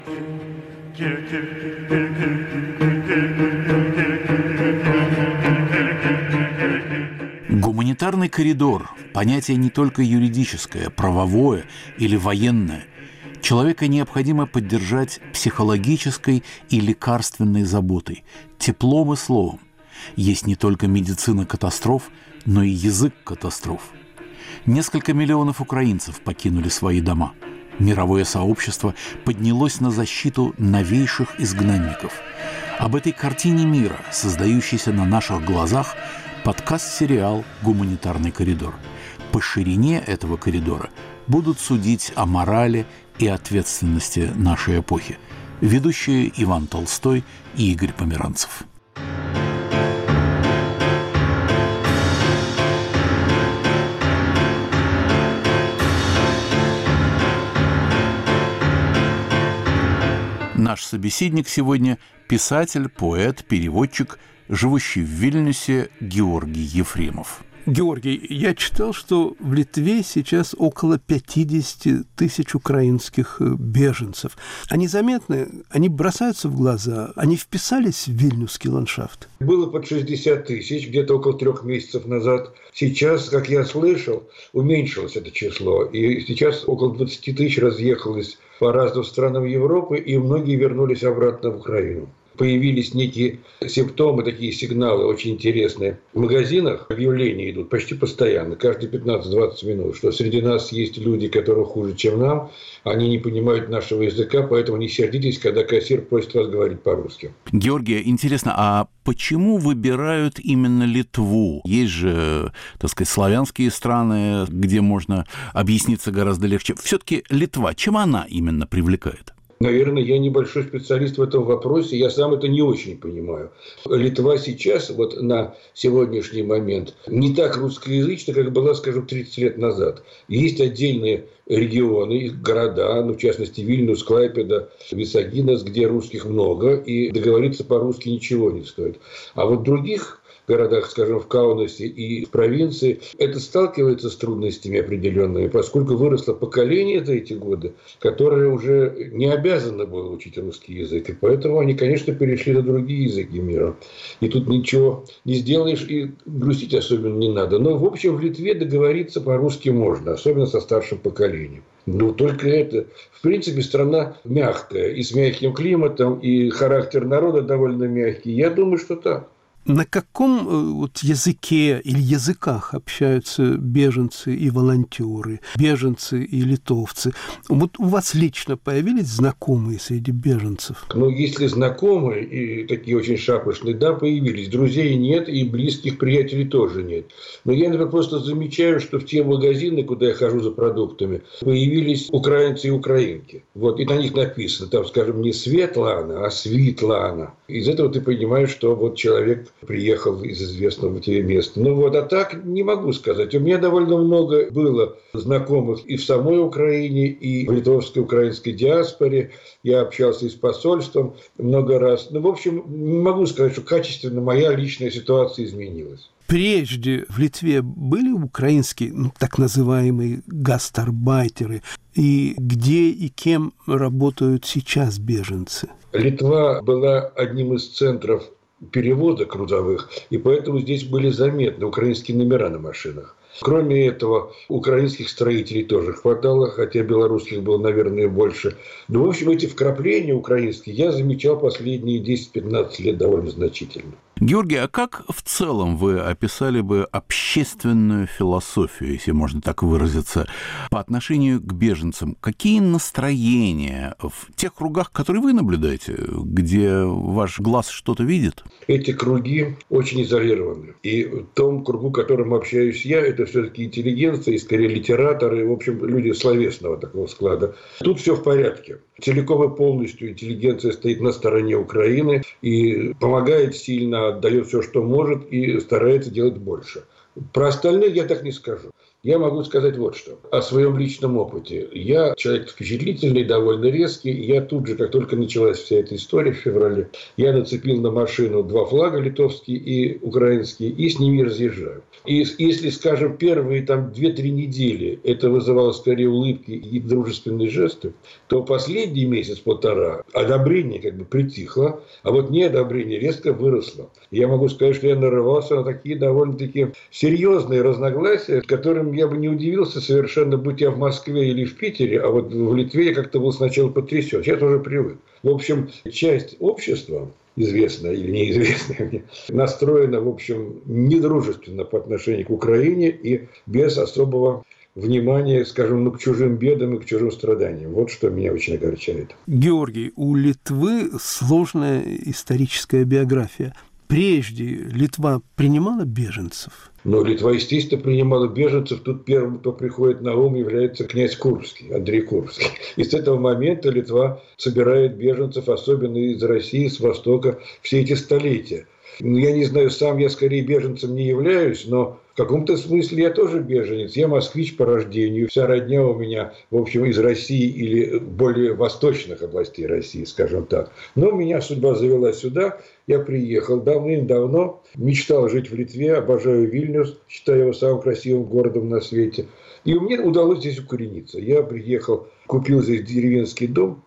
Гуманитарный коридор – понятие не только юридическое, правовое или военное. Человека необходимо поддержать психологической и лекарственной заботой, теплом и словом. Есть не только медицина катастроф, но и язык катастроф. Несколько миллионов украинцев покинули свои дома. Мировое сообщество поднялось на защиту новейших изгнанников. Об этой картине мира, создающейся на наших глазах, подкаст-сериал «Гуманитарный коридор». По ширине этого коридора будут судить о морали и ответственности нашей эпохи. Ведущие Иван Толстой и Игорь Померанцев. Наш собеседник сегодня – писатель, поэт, переводчик, живущий в Вильнюсе Георгий Ефремов. Георгий, я читал, что в Литве сейчас около 50 тысяч украинских беженцев. Они заметны, они бросаются в глаза, они вписались в вильнюсский ландшафт. Было под 60 тысяч где-то около 3 месяцев назад. Сейчас, как я слышал, уменьшилось это число. И сейчас около 20 тысяч разъехалось по разным странам Европы, и многие вернулись обратно в Украину. Появились некие симптомы, такие сигналы очень интересные. В магазинах объявления идут почти постоянно, каждые 15-20 минут, что среди нас есть люди, которые хуже, чем нам, они не понимают нашего языка, поэтому не сердитесь, когда кассир просит вас говорить по-русски. Георгий, интересно, а почему выбирают именно Литву? Есть же, так сказать, славянские страны, где можно объясниться гораздо легче. Все-таки Литва, чем она именно привлекает? Наверное, я небольшой специалист в этом вопросе, я сам это не очень понимаю. Литва сейчас, вот на сегодняшний момент, не так русскоязычна, как была, скажем, 30 лет назад. Есть отдельные регионы, города, в частности, Вильнюс, Клайпеда, Висагинас, где русских много, и договориться по-русски ничего не стоит. А вот в других городах, скажем, в Каунасе и в провинции, это сталкивается с трудностями определенными, поскольку выросло поколение за эти годы, которое уже не обязано было учить русский язык. И поэтому они, конечно, перешли на другие языки мира. И тут ничего не сделаешь, и грустить особенно не надо. Но, в общем, в Литве договориться по-русски можно, особенно со старшим поколением. Но только это, в принципе, страна мягкая, и с мягким климатом, и характер народа довольно мягкий. Я думаю, что так. На каком языке или языках общаются беженцы и волонтеры, беженцы и литовцы? Вот у вас лично появились знакомые среди беженцев? Если знакомые и такие очень шапошные, да, появились. Друзей нет и близких приятелей тоже нет. Но я, например, просто замечаю, что в те магазины, куда я хожу за продуктами, появились украинцы и украинки. И на них написано, там, скажем, не Светлана, а Свитлана. Из этого ты понимаешь, что человек приехал из известного тебе места. А так не могу сказать. У меня довольно много было знакомых и в самой Украине, и в литовской украинской диаспоре. Я общался и с посольством много раз. В общем, не могу сказать, что качественно моя личная ситуация изменилась. Прежде в Литве были украинские, так называемые гастарбайтеры, и где и кем работают сейчас беженцы? Литва была одним из центров перевозок грузовых, и поэтому здесь были заметны украинские номера на машинах. Кроме этого, украинских строителей тоже хватало, хотя белорусских было, наверное, больше. В общем, эти вкрапления украинские я замечал последние 10-15 лет довольно значительно. Георгий, а как в целом вы описали бы общественную философию, если можно так выразиться, по отношению к беженцам? Какие настроения в тех кругах, которые вы наблюдаете, где ваш глаз что-то видит? Эти круги очень изолированы. И в том кругу, в котором общаюсь я, это все-таки интеллигенция, и скорее литераторы, в общем, люди словесного такого склада. Тут все в порядке. Целиком и полностью интеллигенция стоит на стороне Украины и помогает сильно, отдает все, что может, и старается делать больше. Про остальных я так не скажу. Я могу сказать вот что. О своем личном опыте. Я человек впечатлительный, довольно резкий. Я тут же, как только началась вся эта история в феврале, я нацепил на машину 2 флага, литовский и украинский, и с ними разъезжаю. И если, скажем, первые 2-3 недели это вызывало скорее улыбки и дружественные жесты, то последний месяц-полтора одобрение притихло, а вот неодобрение резко выросло. Я могу сказать, что я нарывался на такие довольно-таки серьезные разногласия, которым я бы не удивился совершенно, будь я в Москве или в Питере, а вот в Литве я как-то был сначала потрясен. Сейчас уже привык. В общем, часть общества, известная или неизвестная мне, настроена, в общем, недружественно по отношению к Украине и без особого внимания, скажем, к чужим бедам и к чужим страданиям. Вот что меня очень огорчает. Георгий, у Литвы сложная историческая биография. Прежде Литва принимала беженцев? Но Литва, естественно, принимала беженцев. Тут первым, кто приходит на ум, является князь Курбский, Андрей Курбский. И с этого момента Литва собирает беженцев, особенно из России, с Востока, все эти столетия. Я не знаю, сам я скорее беженцем не являюсь, но в каком-то смысле я тоже беженец. Я москвич по рождению. Вся родня у меня, в общем, из России или более восточных областей России, скажем так. Но меня судьба завела сюда. Я приехал давным-давно. Мечтал жить в Литве. Обожаю Вильнюс. Считаю его самым красивым городом на свете. И мне удалось здесь укорениться. Я приехал, купил здесь деревенский дом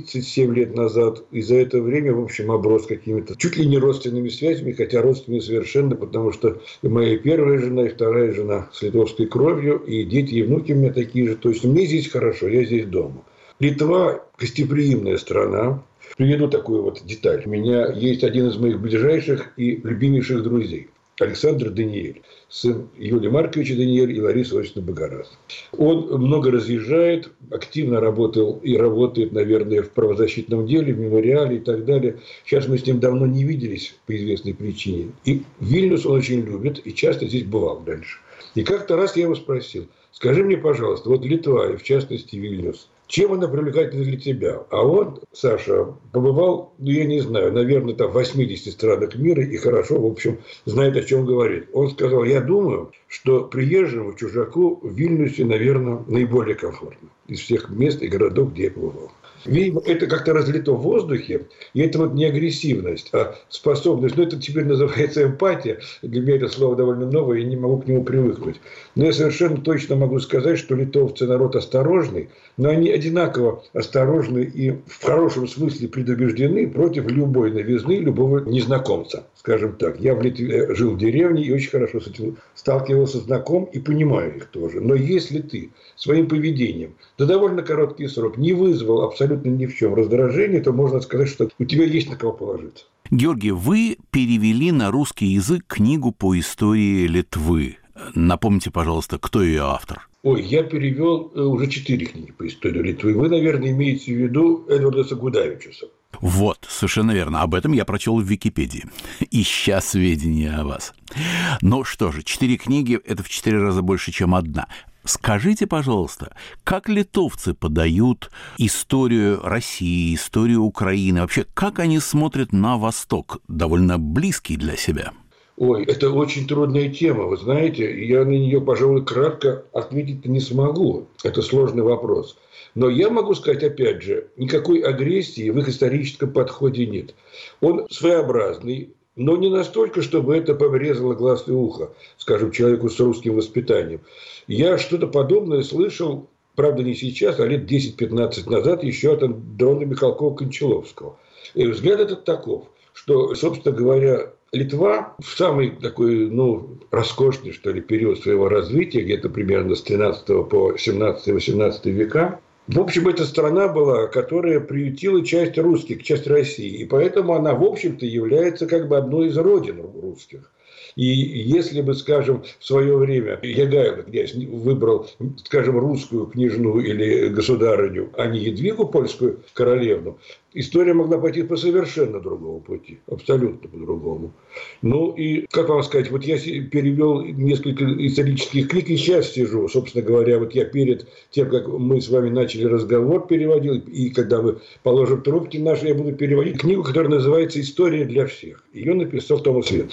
37 лет назад, и за это время, в общем, оброс какими-то чуть ли не родственными связями, хотя родственными совершенно, потому что и моя первая жена, и вторая жена с литовской кровью, и дети, и внуки у меня такие же. То есть мне здесь хорошо, я здесь дома. Литва – гостеприимная страна. Приведу такую вот деталь. У меня есть один из моих ближайших и любимейших друзей. Александр Даниэль, сын Юлия Марковича Даниэль и Ларисы Владимировны Багарас. Он много разъезжает, активно работал и работает, наверное, в правозащитном деле, в мемориале и так далее. Сейчас мы с ним давно не виделись по известной причине. И Вильнюс он очень любит и часто здесь бывал раньше. И как-то раз я его спросил: скажи мне, пожалуйста, вот Литва, и в частности Вильнюс, чем она привлекательна для тебя? А он, Саша, побывал, я не знаю, наверное, в 80 странах мира и хорошо, в общем, знает, о чем говорит. Он сказал: я думаю, что приезжему чужаку в Вильнюсе, наверное, наиболее комфортно из всех мест и городов, где я побывал. Видимо, это как-то разлито в воздухе, и это вот не агрессивность, а способность. Это теперь называется эмпатия. Для меня это слово довольно новое, я не могу к нему привыкнуть. Но я совершенно точно могу сказать, что литовцы народ осторожный, но они одинаково осторожны и в хорошем смысле предубеждены против любой новизны, любого незнакомца, скажем так. Я в Литве жил в деревне и очень хорошо с этим сталкивался, знаком и понимаю их тоже. Но если ты своим поведением за довольно короткий срок не вызвал абсолютно ни в чем раздражения, то можно сказать, что у тебя есть на кого положиться. Георгий, вы перевели на русский язык книгу по истории Литвы. Напомните, пожалуйста, кто ее автор? Ой, я перевел уже 4 книги по истории Литвы. Вы, наверное, имеете в виду Эдварда Гудавичуса. Вот, совершенно верно. Об этом я прочел в Википедии, ища сведения о вас. Ну что же, 4 книги – это в 4 раза больше, чем одна. Скажите, пожалуйста, как литовцы подают историю России, историю Украины? Вообще, как они смотрят на Восток, довольно близкий для себя? Ой, это очень трудная тема, вы знаете. Я на нее, пожалуй, кратко ответить не смогу. Это сложный вопрос. Но я могу сказать, опять же, никакой агрессии в их историческом подходе нет. Он своеобразный, но не настолько, чтобы это порезало глаз и ухо, скажем, человеку с русским воспитанием. Я что-то подобное слышал, правда, не сейчас, а лет 10-15 назад еще от Андрона Михалкова-Кончаловского. И взгляд этот таков, что, собственно говоря, Литва в самый такой, роскошный, что ли, период своего развития, где-то примерно с 13 по 17-18 века, в общем, это страна была, которая приютила часть русских, часть России. И поэтому она, в общем-то, является одной из родин русских. И если бы, скажем, в свое время Ягайло, князь, выбрал, скажем, русскую княжну или государыню, а не Едвигу, польскую королевну, история могла пойти по совершенно другому пути, абсолютно по-другому. И, как вам сказать, вот я перевел несколько исторических книг, и сейчас сижу, собственно говоря, вот я перед тем, как мы с вами начали разговор, переводил, и когда мы положим трубки наши, я буду переводить книгу, которая называется «История для всех». Ее написал Томас Венцлав.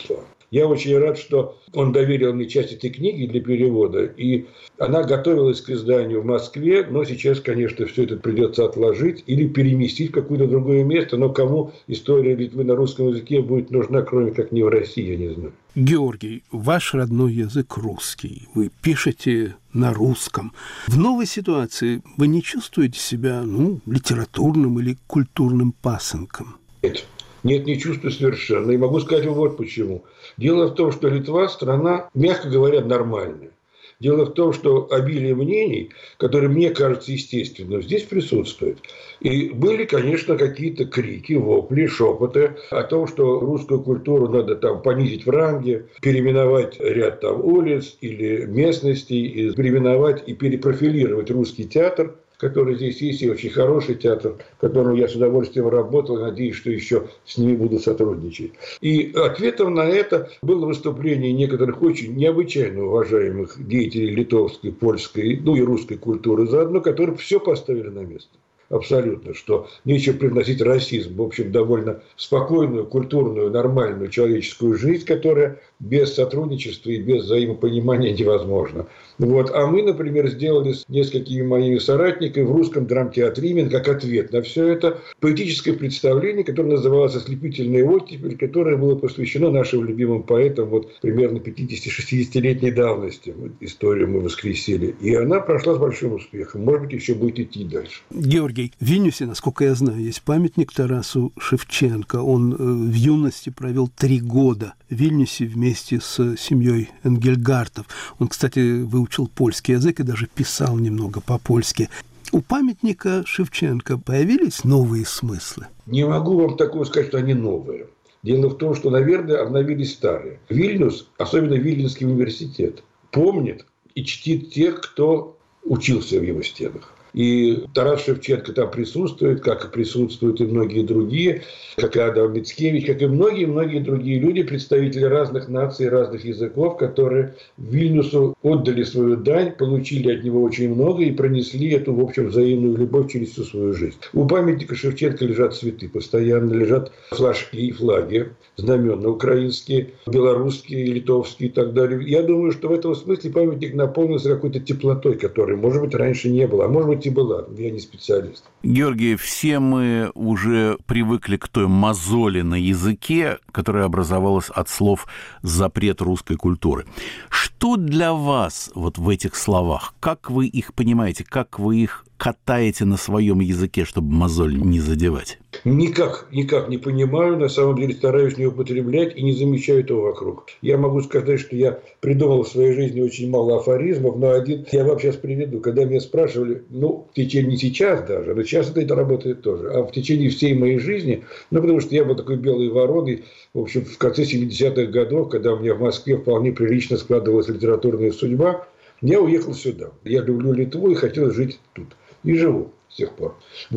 Я очень рад, что он доверил мне часть этой книги для перевода, и она готовилась к изданию в Москве, но сейчас, конечно, все это придется отложить или переместить в какое-то другое место, но кому история Литвы на русском языке будет нужна, кроме как не в России, я не знаю. Георгий, ваш родной язык русский, вы пишете на русском. В новой ситуации вы не чувствуете себя, литературным или культурным пасынком? Нет, не чувствую совершенно. И могу сказать вот почему. Дело в том, что Литва – страна, мягко говоря, нормальная. Дело в том, что обилие мнений, которые мне кажется естественным, здесь присутствует. И были, конечно, какие-то крики, вопли, шепоты о том, что русскую культуру надо там понизить в ранге, переименовать ряд там улиц или местностей, и переименовать и перепрофилировать русский театр, который здесь есть, и очень хороший театр, в котором я с удовольствием работал, и надеюсь, что еще с ними буду сотрудничать. И ответом на это было выступление некоторых очень необычайно уважаемых деятелей литовской, польской, и русской культуры заодно, которые все поставили на место. Абсолютно, что нечего привносить расизм, в общем, довольно спокойную, культурную, нормальную человеческую жизнь, которая без сотрудничества и без взаимопонимания невозможна. А мы, например, сделали с несколькими моими соратниками в русском драмтеатре именно как ответ на все это поэтическое представление, которое называлось «Ослепительная оттепель», которое было посвящено нашим любимым поэтам примерно 50-60-летней давности. Историю мы воскресили. И она прошла с большим успехом. Может быть, еще будет идти дальше. Георгий, в Вильнюсе, насколько я знаю, есть памятник Тарасу Шевченко. Он в юности провел 3 года в Вильнюсе вместе с семьей Энгельгартов. Он, кстати, выучил польский язык и даже писал немного по-польски. У памятника Шевченко появились новые смыслы? Не могу вам такого сказать, что они новые. Дело в том, что, наверное, обновились старые. Вильнюс, особенно Вильнюсский университет, помнит и чтит тех, кто учился в его стенах. И Тарас Шевченко там присутствует, как и присутствуют и многие другие, как и Адам Мицкевич, как и многие-многие другие люди, представители разных наций, разных языков, которые Вильнюсу отдали свою дань, получили от него очень много и пронесли эту, в общем, взаимную любовь через всю свою жизнь. У памятника Шевченко лежат цветы, постоянно лежат флажки и флаги, знамена украинские, белорусские, литовские и так далее. Я думаю, что в этом смысле памятник наполнился какой-то теплотой, которой, может быть, раньше не было, а может быть, и была. Я не специалист. Георгий, все мы уже привыкли к той мозоли на языке, которая образовалась от слов «запрет русской культуры». Что для вас в этих словах? Как вы их понимаете? Как вы их катаете на своем языке, чтобы мозоль не задевать? Никак не понимаю, на самом деле стараюсь не употреблять и не замечаю этого вокруг. Я могу сказать, что я придумал в своей жизни очень мало афоризмов, но один я вам сейчас приведу. Когда меня спрашивали, в течение не сейчас даже, но сейчас это работает тоже, а в течение всей моей жизни, потому что я был такой белой вороной, в общем, в конце 70-х годов, когда у меня в Москве вполне прилично складывалась литературная судьба, я уехал сюда. Я люблю Литву и хотел жить тут. И живу с тех пор.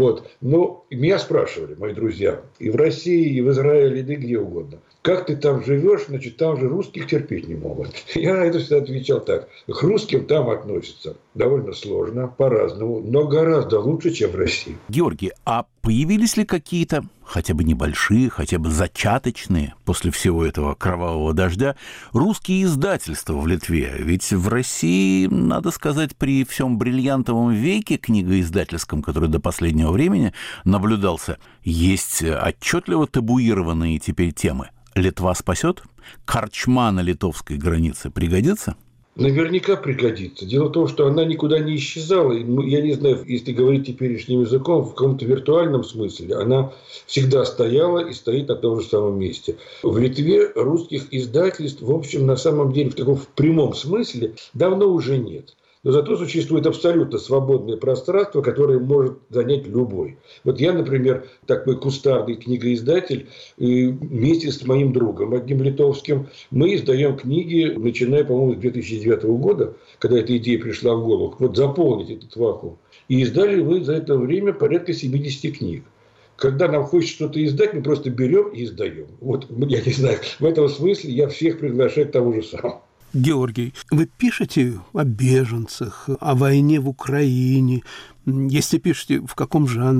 Но меня спрашивали, мои друзья, и в России, и в Израиле, и где угодно. Как ты там живешь, там же русских терпеть не могут. Я на это всегда отвечал так. К русским там относятся довольно сложно, по-разному, но гораздо лучше, чем в России. Георгий, а появились ли какие-то, хотя бы небольшие, хотя бы зачаточные, после всего этого кровавого дождя, русские издательства в Литве? Ведь в России, надо сказать, при всем бриллиантовом веке книгоиздательском, который до последнего времени наблюдался, есть отчетливо табуированные теперь темы. Литва спасет? Корчма на литовской границе пригодится? Наверняка пригодится. Дело в том, что она никуда не исчезала. Я не знаю, если говорить теперешним языком, в каком-то виртуальном смысле, она всегда стояла и стоит на том же самом месте. В Литве русских издательств, в общем, на самом деле, в прямом смысле, давно уже нет. Но зато существует абсолютно свободное пространство, которое может занять любой. Я, например, такой кустарный книгоиздатель, и вместе с моим другом, одним литовским, мы издаем книги, начиная, по-моему, с 2009 года, когда эта идея пришла в голову, заполнить этот вакуум. И издали мы за это время порядка 70 книг. Когда нам хочется что-то издать, мы просто берем и издаем. Я не знаю, в этом смысле я всех приглашаю к тому же самому. Георгий, вы пишете о беженцах, о войне в Украине. Если пишете, в каком жанре?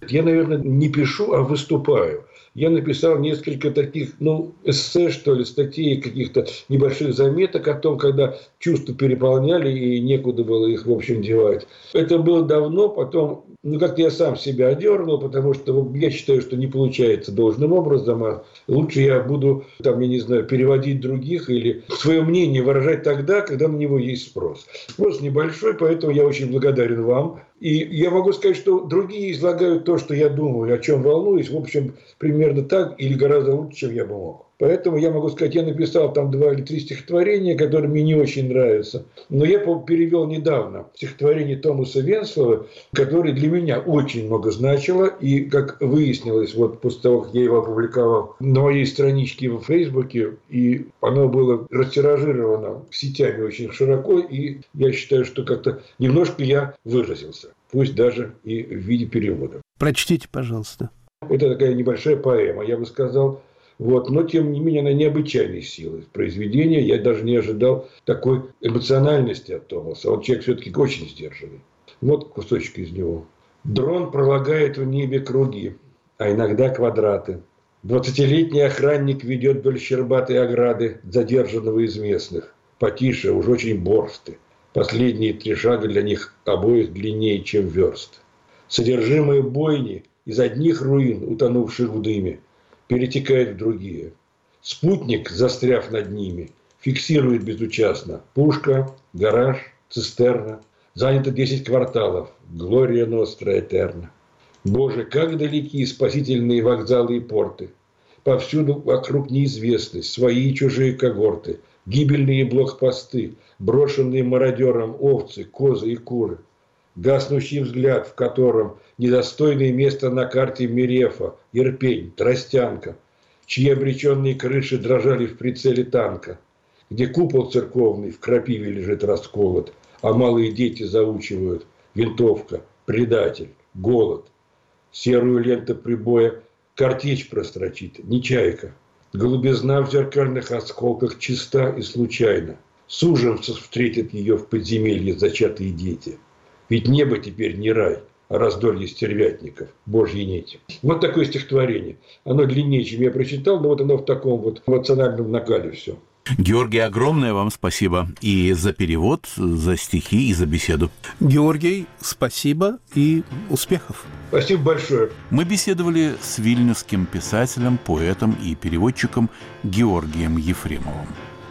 Я, наверное, не пишу, а выступаю. Я написал несколько таких, эссе, что ли, статей, каких-то небольших заметок о том, когда чувства переполняли и некуда было их, в общем, девать. Это было давно, потом, как-то я сам себя одернул, потому что я считаю, что не получается должным образом, а лучше я буду, переводить других или свое мнение выражать тогда, когда на него есть спрос. Спрос небольшой, поэтому я очень благодарен вам. И я могу сказать, что другие излагают то, что я думаю, о чем волнуюсь, в общем, примерно так или гораздо лучше, чем я бы мог. Поэтому я могу сказать, я написал там 2 или 3 стихотворения, которые мне не очень нравятся. Но я перевел недавно стихотворение Томаса Венслова, которое для меня очень много значило. И, как выяснилось, после того, как я его опубликовал на моей страничке в Фейсбуке, и оно было растиражировано сетями очень широко, и я считаю, что как-то немножко я выразился, пусть даже и в виде перевода. Прочтите, пожалуйста. Это такая небольшая поэма, я бы сказал. Но, тем не менее, она необычайной силы произведения. Я даже не ожидал такой эмоциональности от Томаса. Он человек все-таки очень сдержанный. Вот кусочек из него. Дрон пролагает в небе круги, а иногда квадраты. 20-летний охранник ведет вдоль щербатой ограды задержанного из местных. Потише, уж очень борсты. Последние 3 шага для них обоих длиннее, чем верст. Содержимое бойни из одних руин, утонувших в дыме, перетекает в другие. Спутник, застряв над ними, фиксирует безучастно. Пушка, гараж, цистерна. Занято 10 кварталов. Глория ностра этерна. Боже, как далеки спасительные вокзалы и порты. Повсюду вокруг неизвестность, свои и чужие когорты. Гибельные блокпосты, брошенные мародером овцы, козы и куры. Гаснущий взгляд, в котором недостойное место на карте Мерефа, Ирпень, Тростянка, чьи обреченные крыши дрожали в прицеле танка, где купол церковный в крапиве лежит расколот, а малые дети заучивают: винтовка, предатель, голод. Серую ленту прибоя картечь прострочит, не чайка. Голубизна в зеркальных осколках чиста и случайна. С ужасом встретят ее в подземелье зачатые дети. Ведь небо теперь не рай, а раздолье стервятников, божьи нити. Вот такое стихотворение. Оно длиннее, чем я прочитал, но оно в таком эмоциональном накале все. Георгий, огромное вам спасибо и за перевод, за стихи и за беседу. Георгий, спасибо и успехов. Спасибо большое. Мы беседовали с вильнюсским писателем, поэтом и переводчиком Георгием Ефремовым.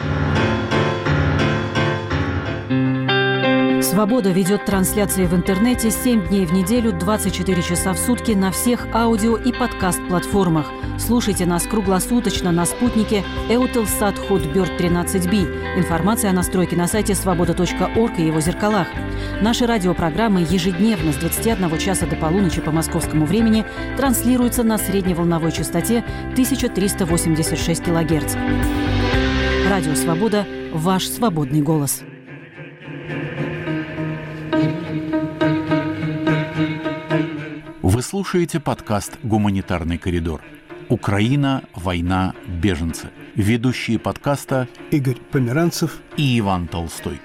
«Свобода» ведет трансляции в интернете 7 дней в неделю, 24 часа в сутки на всех аудио- и подкаст-платформах. Слушайте нас круглосуточно на спутнике Eutelsat Hotbird 13B. Информация о настройке на сайте svoboda.org и его зеркалах. Наши радиопрограммы ежедневно с 21 часа до полуночи по московскому времени транслируются на средневолновой частоте 1386 кГц. Радио «Свобода» – ваш свободный голос. Вы слушаете подкаст «Гуманитарный коридор». Украина, война, беженцы. Ведущие подкаста Игорь Померанцев и Иван Толстой.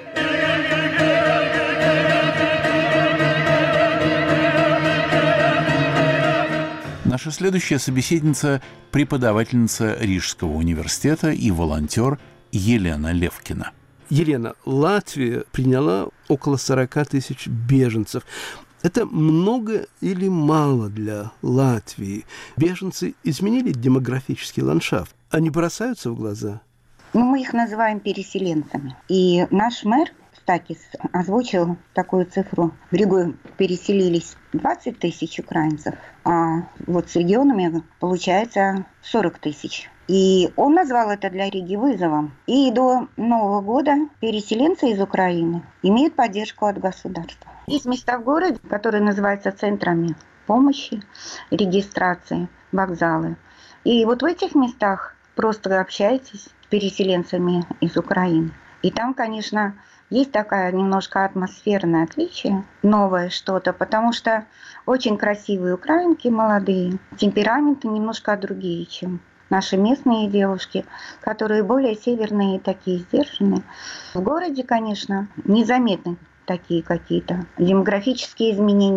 Наша следующая собеседница – преподавательница Рижского университета и волонтер Елена Левкина. Елена, Латвия приняла около 40 тысяч беженцев. Это много или мало для Латвии? Беженцы изменили демографический ландшафт? Они бросаются в глаза? Мы их называем переселенцами. И наш мэр Стакис озвучил такую цифру. В Ригу переселились 20 тысяч украинцев, а с регионами получается 40 тысяч. И он назвал это для Риги вызовом. И до Нового года переселенцы из Украины имеют поддержку от государства. Есть места в городе, которые называются центрами помощи, регистрации, вокзалы. И в этих местах просто общаетесь с переселенцами из Украины. И там, конечно, есть такая немножко атмосферное отличие, новое что-то, потому что очень красивые украинки молодые, темпераменты немножко другие, чем наши местные девушки, которые более северные и такие сдержанные. В городе, конечно, незаметны такие какие-то демографические изменения.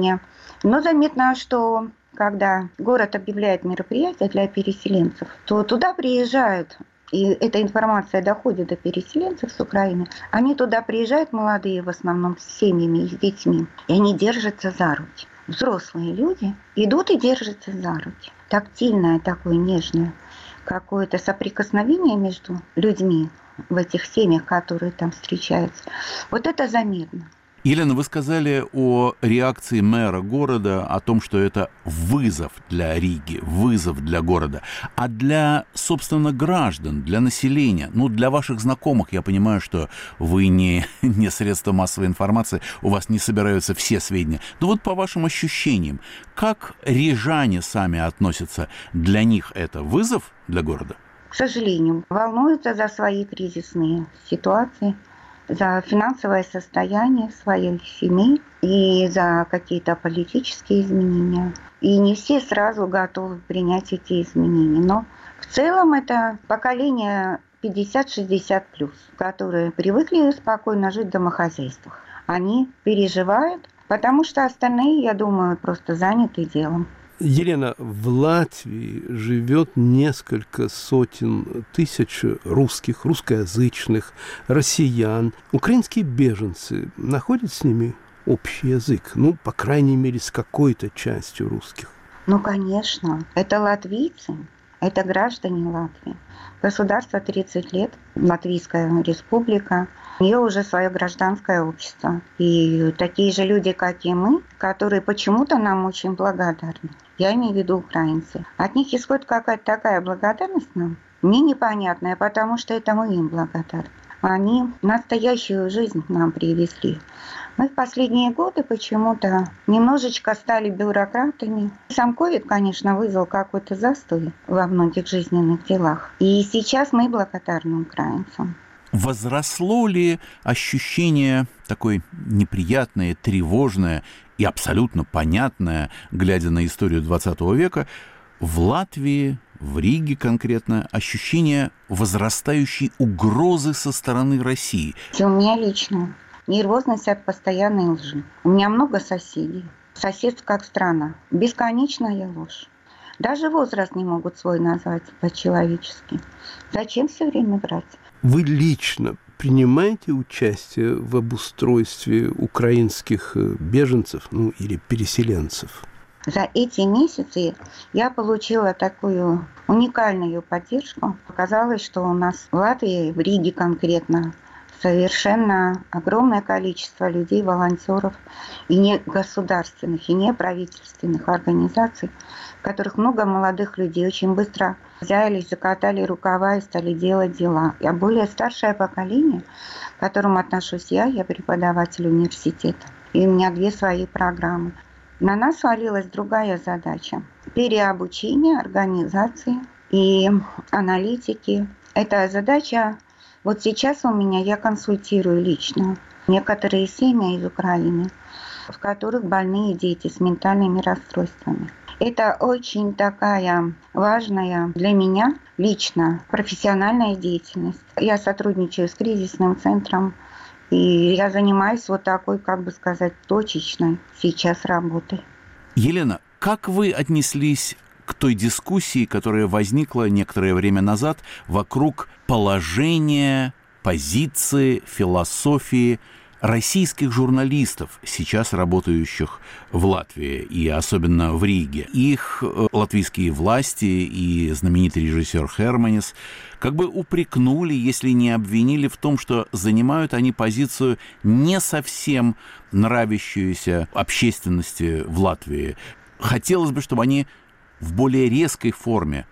Но заметно, что когда город объявляет мероприятия для переселенцев, то туда приезжают, и эта информация доходит до переселенцев с Украины, они туда приезжают молодые, в основном с семьями и с детьми, и они держатся за руки. Взрослые люди идут и держатся за руки. Тактильное такое нежное какое-то соприкосновение между людьми в этих семьях, которые там встречаются. Вот это заметно. Елена, вы сказали о реакции мэра города, о том, что это вызов для Риги, вызов для города. А для, собственно, граждан, для населения, для ваших знакомых, я понимаю, что вы не средство массовой информации, у вас не собираются все сведения. Но вот по вашим ощущениям, как рижане сами относятся? Для них это вызов для города? К сожалению, волнуются за свои кризисные ситуации, за финансовое состояние своих семей и за какие-то политические изменения. И не все сразу готовы принять эти изменения. Но в целом это поколение 50-60+, которые привыкли спокойно жить в домохозяйствах. Они переживают, потому что остальные, я думаю, просто заняты делом. Елена, в Латвии живет несколько сотен тысяч русских, русскоязычных, россиян. Украинские беженцы находят с ними общий язык? По крайней мере, с какой-то частью русских. Конечно. Это латвийцы, это граждане Латвии. Государство 30 лет, Латвийская республика. У нее уже свое гражданское общество. И такие же люди, как и мы, которые почему-то нам очень благодарны. Я имею в виду украинцы. От них исходит какая-то такая благодарность нам, мне непонятная, потому что это мы им благодарны. Они настоящую жизнь нам привезли. Мы в последние годы почему-то немножечко стали бюрократами. Сам ковид, конечно, вызвал какой-то застой во многих жизненных делах. И сейчас мы благодарны украинцам. Возросло ли ощущение такое неприятное, тревожное и абсолютно понятное, глядя на историю 20 века, в Латвии, в Риге конкретно, ощущение возрастающей угрозы со стороны России? У меня лично нервозность от постоянной лжи. У меня много соседей. Соседство как страна. Бесконечная ложь. Даже возраст не могут свой назвать по-человечески. Зачем все время врать? Вы лично принимаете участие в обустройстве украинских беженцев, или переселенцев? За эти месяцы я получила такую уникальную поддержку. Оказалось, что у нас в Латвии, в Риге конкретно, совершенно огромное количество людей, волонтеров и не государственных, и не правительственных организаций, в которых много молодых людей очень быстро взялись, закатали рукава и стали делать дела. А более старшее поколение, к которому отношусь я преподаватель университета, и у меня 2 свои программы. На нас свалилась другая задача – переобучение организации и аналитики. Эта задача, вот сейчас у меня, я консультирую лично некоторые семьи из Украины, в которых больные дети с ментальными расстройствами. Это очень такая важная для меня лично профессиональная деятельность. Я сотрудничаю с кризисным центром, и я занимаюсь вот такой, точечной сейчас работой. Елена, как вы отнеслись к той дискуссии, которая возникла некоторое время назад вокруг положения, позиции, философии российских журналистов, сейчас работающих в Латвии и особенно в Риге? Их латвийские власти и знаменитый режиссер Херманис упрекнули, если не обвинили в том, что занимают они позицию не совсем нравящуюся общественности в Латвии. Хотелось бы, чтобы они в более резкой форме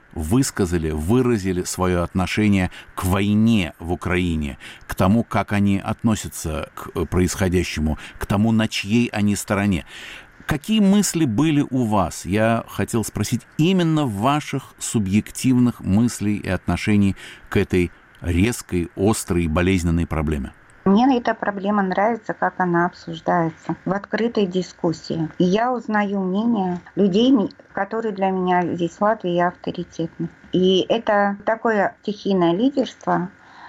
выразили свое отношение к войне в Украине, к тому, как они относятся к происходящему, к тому, на чьей они стороне. Какие мысли были у вас? Я хотел спросить именно ваших субъективных мыслей и отношений к этой резкой, острой, болезненной проблеме. Мне эта проблема нравится, как она обсуждается в открытой дискуссии. И я узнаю мнение людей, которые для меня здесь в Латвии авторитетны. И это такое стихийное лидерство,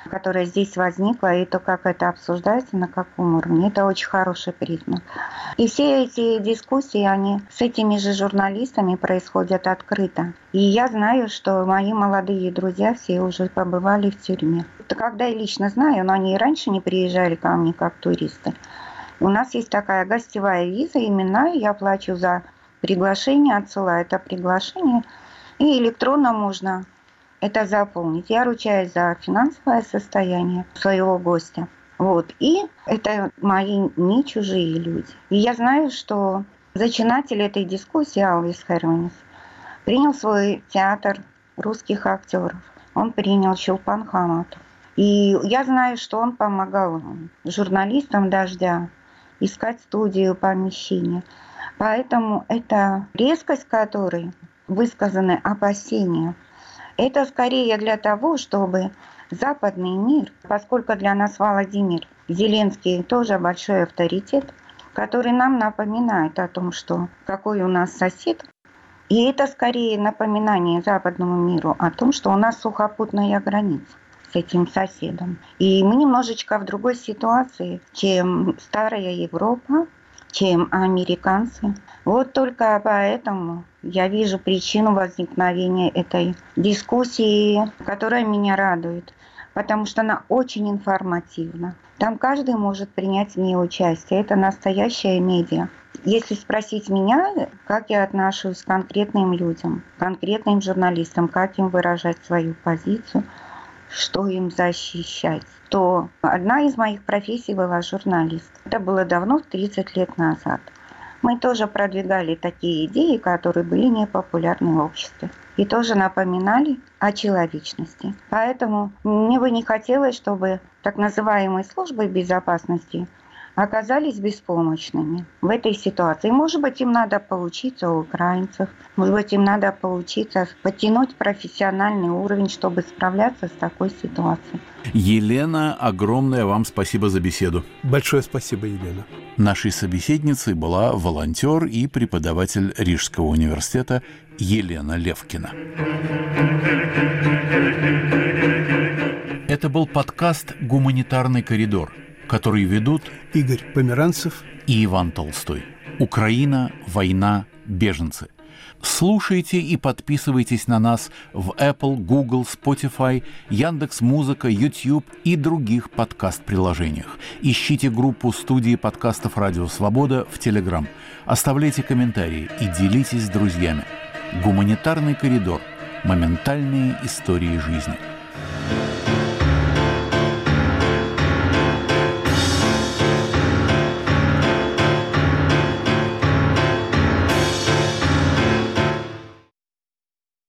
которая здесь возникла, и то, как это обсуждается, на каком уровне, это очень хороший признак. И все эти дискуссии, они с этими же журналистами происходят открыто. И я знаю, что мои молодые друзья все уже побывали в тюрьме. Это когда я лично знаю, но они и раньше не приезжали ко мне как туристы. У нас есть такая гостевая виза, именно я плачу за приглашение, отсылаю это приглашение, и электронно можно это заполнить. Я ручаюсь за финансовое состояние своего гостя. Вот. И это мои не чужие люди. И я знаю, что зачинатель этой дискуссии Алвис Херманис принял свой театр русских актеров. Он принял Чулпан Хаматов. И я знаю, что он помогал журналистам «Дождя» искать студию, помещение. Поэтому эта резкость, которой высказаны опасения, это скорее для того, чтобы западный мир, поскольку для нас Владимир Зеленский тоже большой авторитет, который нам напоминает о том, что какой у нас сосед. И это скорее напоминание западному миру о том, что у нас сухопутная граница с этим соседом. И мы немножечко в другой ситуации, чем старая Европа, чем американцы. Вот только поэтому я вижу причину возникновения этой дискуссии, которая меня радует, потому что она очень информативна. Там каждый может принять в ней участие. Это настоящая медиа. Если спросить меня, как я отношусь к конкретным людям, конкретным журналистам, как им выражать свою позицию, что им защищать, то одна из моих профессий была журналист. Это было давно, 30 лет назад. Мы тоже продвигали такие идеи, которые были непопулярны в обществе. И тоже напоминали о человечности. Поэтому мне бы не хотелось, чтобы так называемые службы безопасности оказались беспомощными в этой ситуации. Может быть, им надо поучиться у украинцев, может быть, им надо поучиться подтянуть профессиональный уровень, чтобы справляться с такой ситуацией. Елена, огромное вам спасибо за беседу. Большое спасибо, Елена. Нашей собеседницей была волонтер и преподаватель Рижского университета Елена Левкина. Это был подкаст «Гуманитарный коридор», который ведут Игорь Померанцев и Иван Толстой. Украина, война, беженцы. Слушайте и подписывайтесь на нас в Apple, Google, Spotify, Яндекс.Музыка, YouTube и других подкаст-приложениях. Ищите группу студии подкастов «Радио Свобода» в Telegram. Оставляйте комментарии и делитесь с друзьями. Гуманитарный коридор. Моментальные истории жизни.